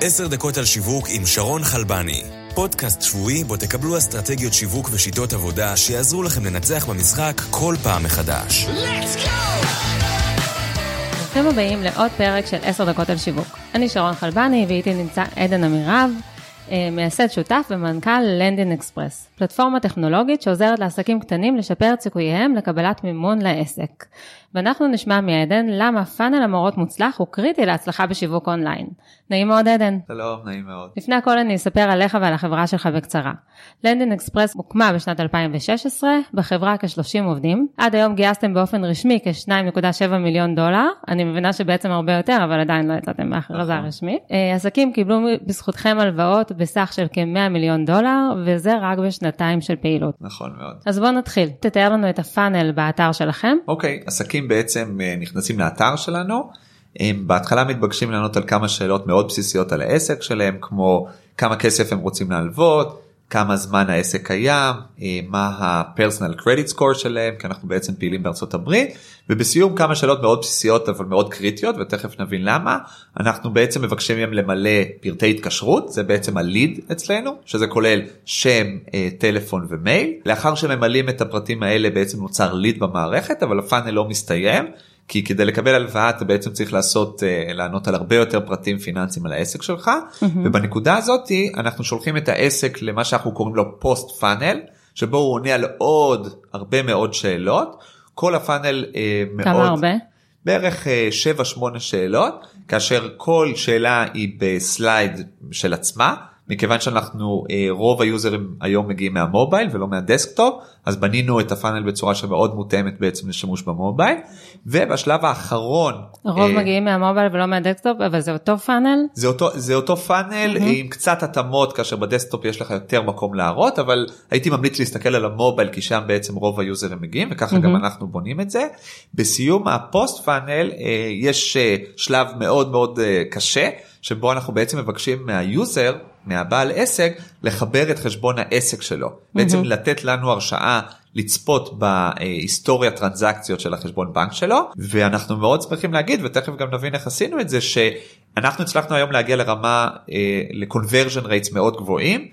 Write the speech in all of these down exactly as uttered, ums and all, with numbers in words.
עשר דקות על שיווק עם שרון חלבני. פודקאסט שבועי בו תקבלו אסטרטגיות שיווק ושיטות עבודה שיעזרו לכם לנצח במשחק כל פעם מחדש. Let's go! ברוכים הבאים לעוד פרק של עשר דקות על שיווק. אני שרון חלבני ואיתי נמצא עדן אמירב, מייסד שותף ומנכ"ל לנדין אקספרס, פלטפורמה טכנולוגית שעוזרת לעסקים קטנים לשפר את סיכוייהם לקבלת מימון לעסק. ואנחנו נשמע מעדן למה פאנל המורות מוצלח הוא קריטי להצלחה בשיווק אונליין. נעים מאוד עדן. שלום, נעים מאוד. לפני הכל אני אספר עליך ועל החברה שלך בקצרה. לנדין אקספרס הוקמה בשנת אלפיים ושש עשרה, בחברה כ-שלושים עובדים. עד היום גייסתם באופן רשמי כ-שתיים נקודה שבע מיליון דולר. אני מבינה שבעצם הרבה יותר, אבל עדיין לא יצאתם בהכרזה הרשמית. עסקים קיבלו בזכותכם הלוואות בסך של כ-מאה מיליון דולר, וזה רק בשנתיים של פעילות. נכון מאוד. אז בואו נתחיל. תתאר לנו את הפאנל באתר שלכם. אוקיי, עסקים בעצם נכנסים לאתר שלנו, הם בהתחלה מתבקשים לענות על כמה שאלות מאוד בסיסיות על העסק שלהם, כמו כמה כסף הם רוצים להלוות, כמה זמן העסק קיים, מה ה-personal credit score שלהם, כי אנחנו בעצם פעילים בארצות הברית, ובסיום כמה שאלות מאוד בסיסיות אבל מאוד קריטיות, ותכף נבין למה. אנחנו בעצם מבקשים מהם למלא פרטי התקשרות, זה בעצם הליד אצלנו, שזה כולל שם, טלפון ומייל. לאחר שממלאים את הפרטים האלה בעצם נוצר ליד במערכת, אבל הפאנל לא מסתיים, כי כדי לקבל הלוואה אתה בעצם צריך לעשות, לענות על הרבה יותר פרטים פיננסיים על העסק שלך, mm-hmm. ובנקודה הזאת אנחנו שולחים את העסק למה שאנחנו קוראים לו פוסט פאנל, שבו הוא עונה על עוד הרבה מאוד שאלות, כל הפאנל מאוד... כמה הרבה? בערך שבע שמונה שאלות, כאשר כל שאלה היא בסלייד של עצמה, מכיוון שאנחנו, רוב היוזרים היום מגיעים מהמובייל ולא מהדסקטופ, אז בנינו את הפאנל בצורה שמאוד מותאמת בעצם לשימוש במובייל, ובשלב האחרון... רוב מגיעים מהמובייל ולא מהדסקטופ, אבל זה אותו פאנל? זה אותו, זה אותו פאנל, עם קצת התאמות, כאשר בדסקטופ יש לך יותר מקום להראות, אבל הייתי ממליץ להסתכל על המובייל, כי שם בעצם רוב היוזרים מגיעים, וככה גם אנחנו בונים את זה. בסיום הפוסט פאנל, יש שלב מאוד מאוד קשה, שבו אנחנו בעצם מבקשים מהיוזר, מהבעל עסק, לחבר את חשבון העסק שלו. בעצם לתת לנו הרשאה לצפות בהיסטוריה טרנזקציות של החשבון בנק שלו, ואנחנו מאוד שמחים להגיד, ותכף גם נבין איך עשינו את זה, שאנחנו הצלחנו היום להגיע לרמה, ל-conversion rates מאוד גבוהים,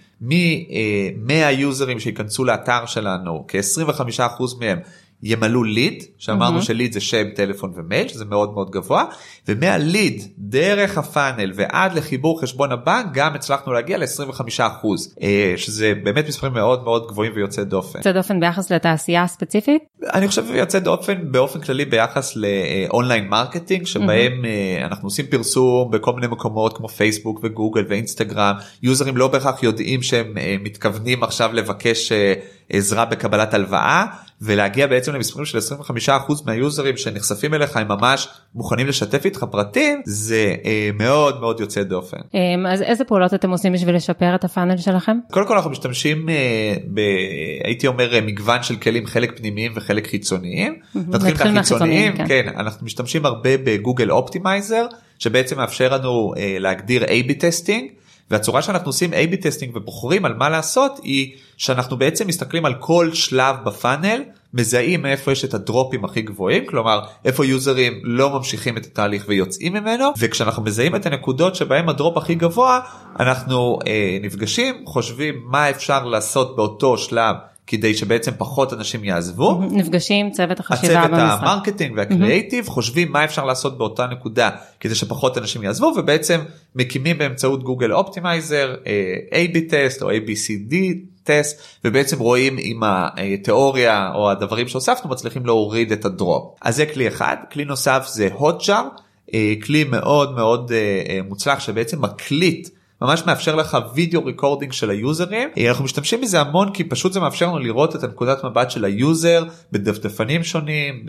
מ-מאה יוזרים שיכנסו לאתר שלנו, כ-עשרים וחמישה אחוז מהם, ימלאו ליד, שאמרנו mm-hmm. שליד זה שם, טלפון ומייל, שזה מאוד מאוד גבוה, ומהליד, דרך הפאנל ועד לחיבור חשבון הבנק, גם הצלחנו להגיע ל-עשרים וחמישה אחוז, שזה באמת מספרים מאוד מאוד גבוהים ויוצא דופן. יוצא דופן ביחס לתעשייה הספציפית? אני חושב שיוצא דופן באופן כללי ביחס לאונליין מרקטינג, שבהם mm-hmm. אנחנו עושים פרסום בכל מיני מקומות, כמו פייסבוק וגוגל ואינסטגרם, יוזרים לא בהכרח יודעים שהם מתכוונים עכשיו לבקש עזרה בקבלת הלוואה, ולהגיע בעצם למספרים של עשרים וחמישה אחוז מהיוזרים שנחשפים אליך, הם ממש מוכנים לשתף איתך פרטים, זה אה, מאוד מאוד יוצא דופן. אז איזה פעולות אתם עושים בשביל לשפר את הפאנל שלכם? קודם כל אנחנו משתמשים, אה, ב, הייתי אומר, מגוון של כלים, חלק פנימיים וחלק חיצוניים. נתחיל מהחיצוניים, כן. כן, אנחנו משתמשים הרבה בגוגל אופטימייזר, שבעצם מאפשר לנו אה, להגדיר איי בי טסטינג, והצורה שאנחנו עושים איי בי טסטינג ובוחרים על מה לעשות, היא שאנחנו בעצם מסתכלים על כל שלב בפאנל, מזהים איפה יש את הדרופים הכי גבוהים, כלומר איפה יוזרים לא ממשיכים את התהליך ויוצאים ממנו, וכשאנחנו מזהים את הנקודות שבהם הדרופ הכי גבוה, אנחנו אה, נפגשים, חושבים מה אפשר לעשות באותו שלב, כדי שבעצם פחות אנשים יעזבו. נפגשים, צוות החשיבה במשרד. הצוות המרקטינג והקריאייטיב, חושבים מה אפשר לעשות באותה נקודה, כדי שפחות אנשים יעזבו, ובעצם מקימים באמצעות גוגל אופטימייזר, איי בי טסט או איי בי סי די טסט, ובעצם רואים אם התיאוריה או הדברים שהוספנו מצליחים להוריד את הדרופ. אז זה כלי אחד. כלי נוסף זה הוטג'אר, כלי מאוד מאוד מוצלח שבעצם מקליט, ממש מאפשר לך וידאו ריקורדינג של היוזרים. אנחנו משתמשים בזה המון כי פשוט זה מאפשר לנו לראות את הנקודת מבט של היוזר בדפדפנים שונים,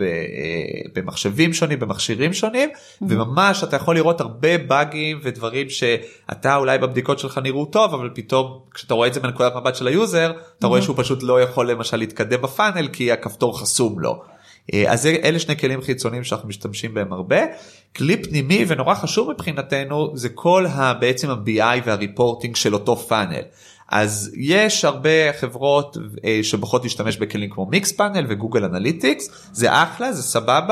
במחשבים שונים, במכשירים שונים, וממש אתה יכול לראות הרבה באגים ודברים שאתה אולי בבדיקות שלך נראו טוב, אבל פתאום כשאתה רואה את זה מנקודת מבט של היוזר, אתה רואה שהוא פשוט לא יכול למשל להתקדם בפאנל כי הכפתור חסום לו. אז אלה שני כלים חיצוניים שאנחנו משתמשים בהם הרבה. כלי פנימי ונורא חשוב מבחינתנו זה כל ה, בעצם ה-בי איי וה-reporting של אותו פאנל. אז יש הרבה חברות שבוחרות להשתמש בכלים כמו מיקס פאנל וגוגל אנליטיקס, זה אחלה, זה סבבה,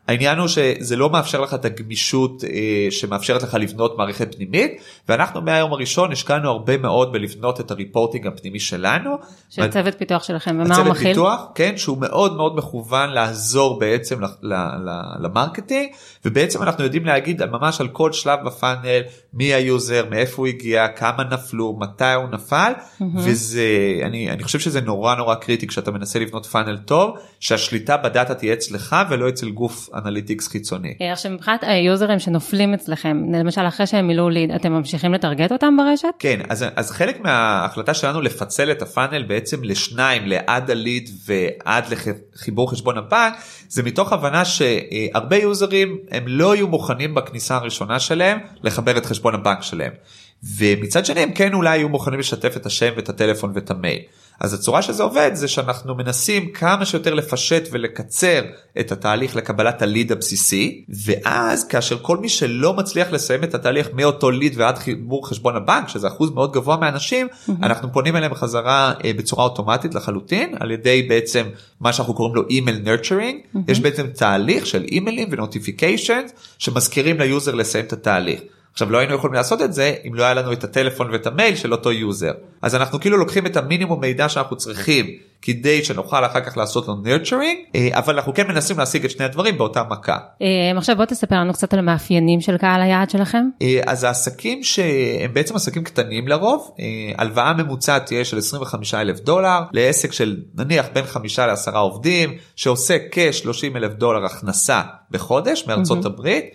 העניין הוא שזה לא מאפשר לך את הגמישות שמאפשרת לך לבנות מערכת פנימית, ואנחנו מהיום הראשון השקענו הרבה מאוד בלבנות את הריפורטינג הפנימי שלנו. של צוות פיתוח שלכם, ומה הוא מכיל? הצוות פיתוח, כן, שהוא מאוד מאוד מכוון לעזור בעצם למרקטינג, ובעצם אנחנו יודעים להגיד ממש על כל שלב בפאנל, מי היוזר, מאיפה הוא הגיע, כמה נפלו, מתי הוא נפל, וזה, אני, אני חושב שזה נורא נורא קריטי כשאתה מנסה לבנות פאנל טוב, שהשליטה בדאטה תהיה אצלך ולא אצל גוף אנליטיקס חיצוני. עכשיו מבחינת היוזרים שנופלים אצלכם, למשל אחרי שהם מילאו ליד, אתם ממשיכים לטרגט אותם ברשת? כן, אז, אז חלק מההחלטה שלנו לפצל את הפאנל בעצם לשניים, לעד הליד ועד לחיבור חשבון הבנק, זה מתוך הבנה שהרבה יוזרים הם לא יהיו מוכנים בכניסה הראשונה שלהם לחבר את חשבון הבנק שלהם. ומצד שני הם כן אולי יהיו מוכנים לשתף את השם ואת הטלפון ואת המייל. אז הצורה שזה עובד זה שאנחנו מנסים כמה שיותר לפשט ולקצר את התהליך לקבלת הליד הבסיסי, ואז כאשר כל מי שלא מצליח לסיים את התהליך מאותו ליד ועד חיבור חשבון הבנק, שזה אחוז מאוד גבוה מהאנשים, mm-hmm. אנחנו פונים אליהם בחזרה בצורה אוטומטית לחלוטין, על ידי בעצם מה שאנחנו קוראים לו אימייל נרצ'רינג, mm-hmm. יש בעצם תהליך של אימיילים ונוטיפיקיישנס שמזכירים ליוזר לסיים את התהליך. עכשיו לא היינו יכולים לעשות את זה אם לא היה לנו את הטלפון ואת המייל של אותו יוזר. אז אנחנו כאילו לוקחים את המינימום מידע שאנחנו צריכים כדי שנוכל אחר כך לעשות לו nurturing, אבל אנחנו כן מנסים להשיג את שני הדברים באותה מכה. עכשיו בוא תספר לנו קצת על המאפיינים של קהל היעד שלכם. אז העסקים שהם בעצם עסקים קטנים לרוב, הלוואה ממוצעת תהיה של עשרים וחמישה אלף דולר, לעסק של נניח בין חמישה לעשרה עובדים, שעושה כ-שלושים אלף דולר הכנסה בחודש מארצות הברית.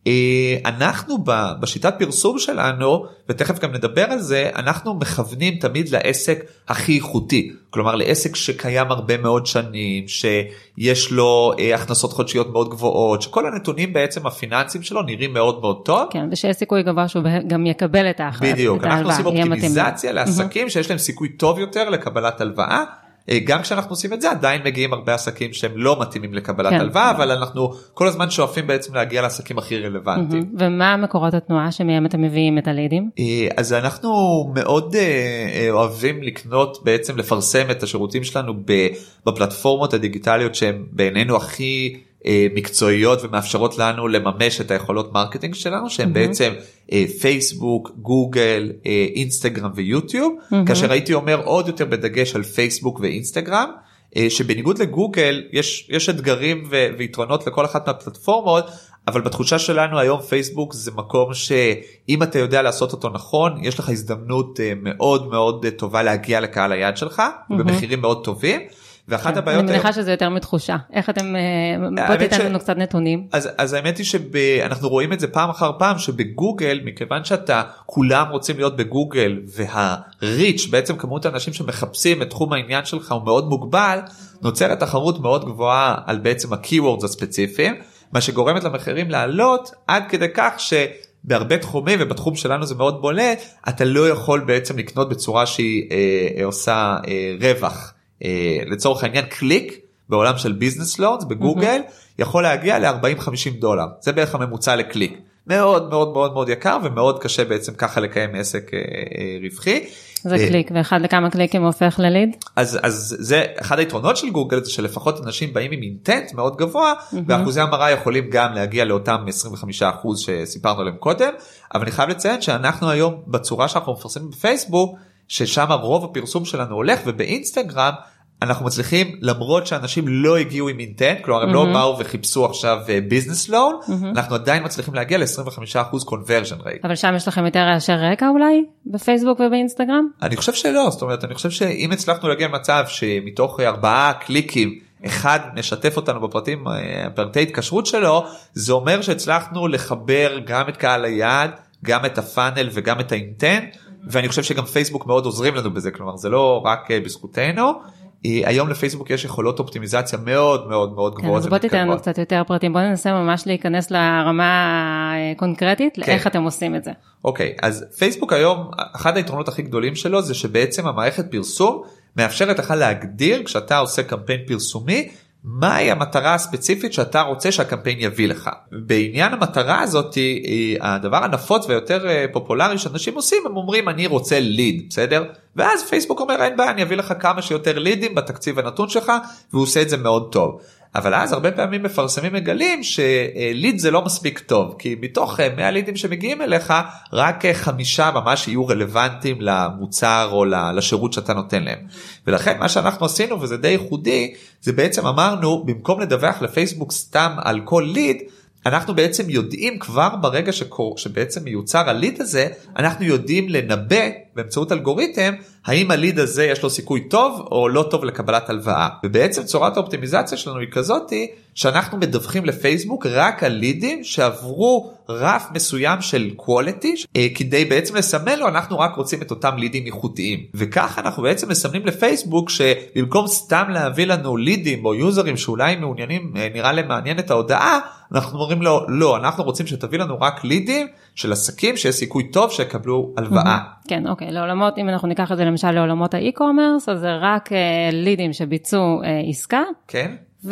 אנחנו בשיטת פרסום שלנו, ותכף גם נדבר על זה, אנחנו מכוונים תמיד לעסק הכי איכותי, כלומר לעסק שקיים הרבה מאוד שנים, שיש לו הכנסות חודשיות מאוד גבוהות, שכל הנתונים בעצם הפיננסיים שלו נראים מאוד מאוד טוב. כן, ושיש סיכוי גבוה שהוא גם יקבל את ההלוואה. בדיוק, אנחנו עושים אופטימיזציה לעסקים שיש להם סיכוי טוב יותר לקבלת הלוואה, גם כשאנחנו עושים את זה, עדיין מגיעים הרבה עסקים שהם לא מתאימים לקבלת הלוואה, אבל אנחנו כל הזמן שואפים בעצם להגיע לעסקים הכי רלוונטיים. ומה מקורות התנועה שמהם אתם מביאים את הלידים? אז אנחנו מאוד אוהבים לקנות, בעצם לפרסם את השירותים שלנו בפלטפורמות הדיגיטליות שהן בעינינו הכי מקצועיות ומאפשרות לנו לממש את היכולות מרקטינג שלנו, שהם בעצם פייסבוק, גוגל, אינסטגרם ויוטיוב, כאשר הייתי אומר עוד יותר בדגש על פייסבוק ואינסטגרם, שבניגוד לגוגל יש, יש אתגרים ויתרונות לכל אחת מהפלטפורמות, אבל בתחושה שלנו היום פייסבוק זה מקום שאם אתה יודע לעשות אותו נכון, יש לך הזדמנות מאוד מאוד טובה להגיע לקהל היעד שלך, במחירים מאוד טובים, ואחת הבעיות... אני מניחה שזה יותר מתחושה. איך אתם... בוא תיתן לנו קצת נתונים. אז האמת היא שאנחנו רואים את זה פעם אחר פעם, שבגוגל, מכיוון שאתה, כולם רוצים להיות בגוגל, והריץ', בעצם כמות האנשים שמחפשים את תחום העניין שלך, הוא מאוד מוגבל, נוצרת תחרות מאוד גבוהה על בעצם ה-keywords הספציפיים, מה שגורמת למחירים לעלות, עד כדי כך ש... בהרבה תחומים, ובתחום שלנו זה מאוד בולט, אתה לא יכול בעצם לקנות בצורה שהיא אה, עושה אה, רווח. לצורך העניין קליק בעולם של ביזנס לונס בגוגל יכול להגיע ל-ארבעים חמישים דולר, זה בערך הממוצע לקליק, מאוד מאוד מאוד מאוד יקר ומאוד קשה בעצם ככה לקיים עסק רווחי. זה קליק, ואחד לכמה קליקים הופך לליד? אז, אז זה אחד היתרונות של גוגל, זה שלפחות אנשים באים עם אינטנט מאוד גבוה, ואחוזי המרה יכולים גם להגיע לאותם עשרים וחמישה אחוז שסיפרנו עליהם קודם, אבל אני חייב לציין שאנחנו היום בצורה שאנחנו מפרסמים בפייסבוק, ששם רוב הפרסום שלנו הולך, ובאינסטגרם אנחנו מצליחים, למרות שאנשים לא הגיעו עם אינטנט, כלומר הם לא באו וחיפשו עכשיו ביזנס לון, אנחנו עדיין מצליחים להגיע ל-עשרים וחמישה אחוז conversion rate. אבל שם יש לכם יותר רעשי רקע אולי, בפייסבוק ובאינסטגרם? אני חושב שלא, זאת אומרת, אני חושב שאם הצלחנו להגיע למצב שמתוך ארבעה קליקים, אחד נשתף אותנו בפרטים, פרטי התקשרות שלו, זה אומר שהצלחנו לחבר גם את קהל היעד, גם את הפאנל וגם את האינטנט, ואני חושב שגם פייסבוק מאוד עוזרים לנו בזה, כלומר זה לא רק בזכותנו, היום לפייסבוק יש יכולות אופטימיזציה מאוד מאוד מאוד גבוהות. אז בוא תיתן לנו קצת יותר פרטים, בוא ננסה ממש להיכנס לרמה קונקרטית, לאיך אתם עושים את זה. אוקיי, אז פייסבוק היום, אחד היתרונות הכי גדולים שלו זה שבעצם המערכת פרסום מאפשרת לך להגדיר כשאתה עושה קמפיין פרסומי, מהי המטרה הספציפית שאתה רוצה שהקמפיין יביא לך. בעניין המטרה הזאת, הדבר הנפוץ ויותר פופולרי שאנשים עושים, הם אומרים אני רוצה ליד, בסדר? ואז פייסבוק אומר אין בעיה, אני אביא לך כמה שיותר לידים בתקציב הנתון שלך, והוא עושה את זה מאוד טוב. אבל אז הרבה פעמים מפרסמים מגלים שליד זה לא מספיק טוב, כי מתוך מאה לידים שמגיעים אליך, רק חמישה ממש יהיו רלוונטיים למוצר או לשירות שאתה נותן להם. ולכן מה שאנחנו עשינו, וזה די ייחודי, זה בעצם אמרנו, במקום לדווח לפייסבוק סתם על כל ליד, אנחנו בעצם יודעים כבר ברגע שקור, שבעצם מיוצר הליד הזה, אנחנו יודעים לנבא באמצעות אלגוריתם, האם הליד הזה יש לו סיכוי טוב או לא טוב לקבלת הלוואה. ובעצם צורת האופטימיזציה שלנו היא כזאת, שאנחנו מדווחים לפייסבוק רק על לידים שעברו רף מסוים של quality, כדי בעצם לסמן לו, אנחנו רק רוצים את אותם לידים איכותיים. וכך אנחנו בעצם מסמנים לפייסבוק, שבמקום סתם להביא לנו לידים או יוזרים שאולי מעוניינים, נראה להם מעניין את ההודעה, אנחנו אומרים לו, לא, אנחנו רוצים שתביא לנו רק לידים של עסקים שיש סיכוי טוב שיקבלו הלוואה. כן, אוקיי, לעולמות, אם אנחנו ניקח את זה למשל לעולמות האי-קומרס, אז זה רק לידים שביצעו עסקה. כן.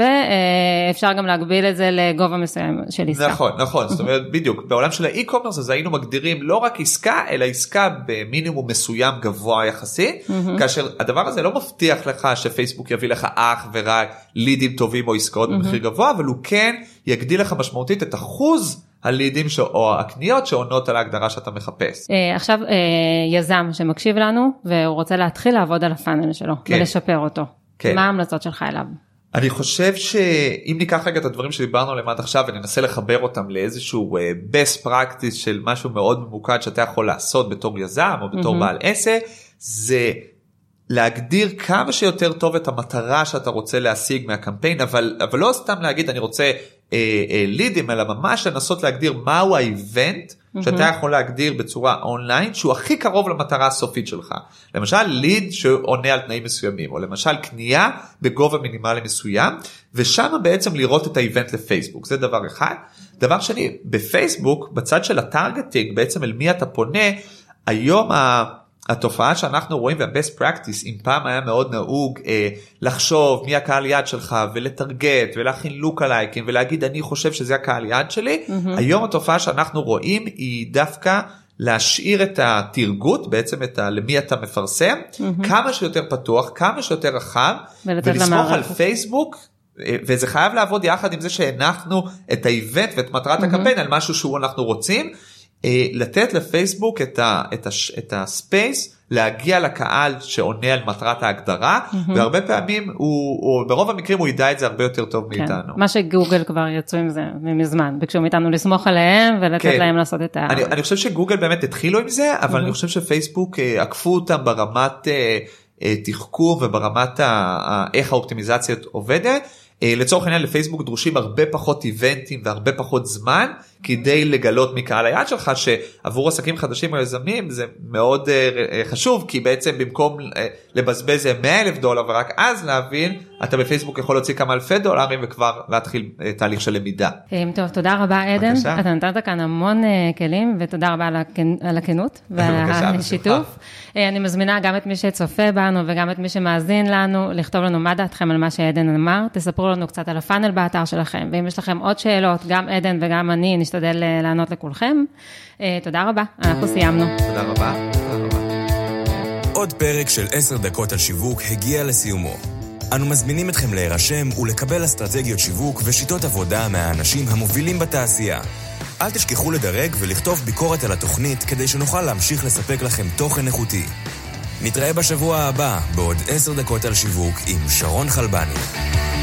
ואפשר גם להגביל את זה לגובה מסוים של עסקה. נכון, נכון, זאת אומרת בדיוק, בעולם של האי-קומרס אז היינו מגדירים לא רק עסקה, אלא עסקה במינימום מסוים גבוה יחסי, כאשר הדבר הזה לא מבטיח לך שפייסבוק יביא לך אך ורק לידים טובים או עסקאות במחיר גבוה, אבל הוא כן יגדיל לך משמעותית את אחוז הלידים או הקניות שעונות על ההגדרה שאתה מחפש. עכשיו יזם שמקשיב לנו והוא רוצה להתחיל לעבוד על הפאנל שלו ולשפר אותו. מה ההמלצות שלך אליו? אני חושב שאם ניקח רגע את הדברים שדיברנו עליהם עד עכשיו וננסה לחבר אותם לאיזשהו best practice של משהו מאוד ממוקד שאתה יכול לעשות בתור יזם או בתור בעל עסק, זה להגדיר כמה שיותר טוב את המטרה שאתה רוצה להשיג מהקמפיין, אבל, אבל לא סתם להגיד אני רוצה אה, אה, לידים, אלא ממש לנסות להגדיר מהו האיבנט שאתה יכול להגדיר בצורה אונליין, שהוא הכי קרוב למטרה הסופית שלך. למשל, ליד שעונה על תנאים מסוימים, או למשל קנייה בגובה מינימלי מסוים, ושם בעצם לראות את האיבנט לפייסבוק. זה דבר אחד. דבר שני, בפייסבוק, בצד של הטרגטינג, בעצם אל מי אתה פונה, היום ה... התופעה שאנחנו רואים וה-best practice, אם פעם היה מאוד נהוג אה, לחשוב מי הקהל יד שלך ולטרגט ולהכין לוק הלייקים ולהגיד אני חושב שזה הקהל יד שלי, mm-hmm. היום התופעה שאנחנו רואים היא דווקא להשאיר את התרגות, בעצם את ה, למי אתה מפרסם, mm-hmm. כמה שיותר פתוח, כמה שיותר רחב, ולסמוך על פייסבוק, וזה חייב לעבוד יחד עם זה שהנחנו את האיבנט ואת מטרת mm-hmm. הקמפיין על משהו שהוא אנחנו רוצים, לתת לפייסבוק את ה, את ה, את הספייס להגיע לקהל שעונה על מטרת ההגדרה, mm-hmm. והרבה פעמים הוא, הוא ברוב המקרים הוא ידע את זה הרבה יותר טוב כן. מאיתנו. מה שגוגל כבר יצאו עם זה מזמן, ביקשו מאיתנו לסמוך עליהם ולתת כן. להם לעשות את ה... אני, אני חושב שגוגל באמת התחילו עם זה, אבל mm-hmm. אני חושב שפייסבוק עקפו אותם ברמת תחקור וברמת איך האופטימיזציה עובדת. לצורך העניין לפייסבוק דרושים הרבה פחות איבנטים והרבה פחות זמן כדי לגלות מקהל היעד שלך, שעבור עסקים חדשים או יזמים זה מאוד חשוב, כי בעצם במקום לבזבז מאה אלף דולר ורק אז להבין, אתה בפייסבוק יכול להוציא כמה אלפי דולרים וכבר להתחיל תהליך של למידה. טוב, תודה רבה עדן, אתה נתת כאן המון כלים ותודה רבה על הכנות והשיתוף. אני מזמינה גם את מי שצופה בנו וגם את מי שמאזין לנו לכתוב לנו מה דעתכם על מה שעדן אמר, תספרו לנו קצת על הפאנל באתר שלכם, ואם יש לכם עוד שאלות, גם עדן וגם אני נשתדל לענות לכולכם. תודה רבה, אנחנו סיימנו. תודה רבה. עוד פרק של עשר דקות על שיווק הגיע לסיומו. אנו מזמינים אתכם להירשם ולקבל אסטרטגיות שיווק ושיטות עבודה מהאנשים המובילים בתעשייה. אל תשכחו לדרג ולכתוב ביקורת על התוכנית כדי שנוכל להמשיך לספק לכם תוכן איכותי. נתראה בשבוע הבא בעוד עשר דקות על שיווק עם שרון חלבני.